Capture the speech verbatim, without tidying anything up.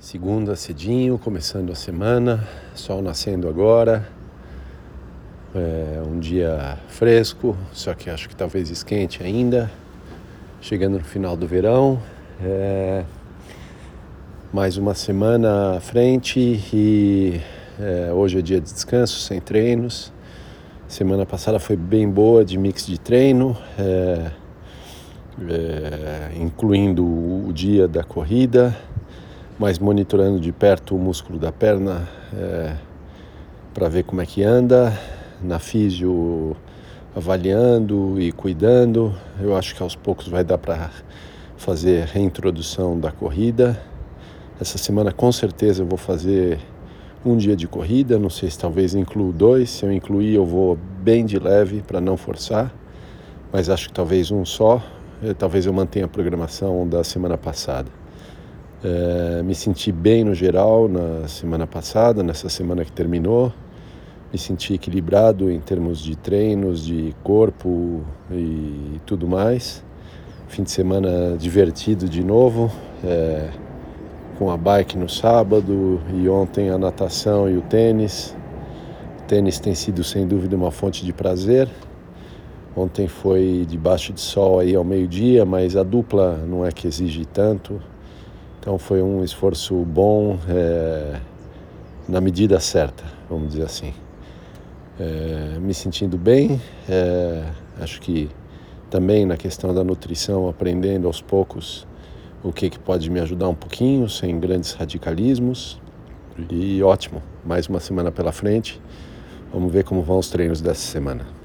Segunda cedinho, começando a semana, sol nascendo agora, é um dia fresco, só que acho que talvez esquente ainda, chegando no final do verão, é mais uma semana à frente e é, hoje é dia de descanso, sem treinos. Semana passada foi bem boa de mix de treino, é, é, incluindo o dia da corrida, mas monitorando de perto o músculo da perna é, para ver como é que anda, na físio avaliando e cuidando. Eu acho que aos poucos vai dar para fazer a reintrodução da corrida. Essa semana com certeza eu vou fazer um dia de corrida, não sei se talvez incluo dois, se eu incluir eu vou bem de leve para não forçar, mas acho que talvez um só, talvez eu mantenha a programação da semana passada. É, me senti bem no geral na semana passada, nessa semana que terminou, me senti equilibrado em termos de treinos, de corpo e tudo mais. Fim de semana divertido de novo, é, com a bike no sábado e ontem a natação e o tênis. O tênis tem sido sem dúvida uma fonte de prazer. Ontem foi debaixo de sol aí ao meio-dia, mas a dupla não é que exige tanto. Então foi um esforço bom, é, na medida certa, vamos dizer assim. É, me sentindo bem, é, acho que também na questão da nutrição, aprendendo aos poucos o que, que pode me ajudar um pouquinho, sem grandes radicalismos. E ótimo, mais uma semana pela frente. Vamos ver como vão os treinos dessa semana.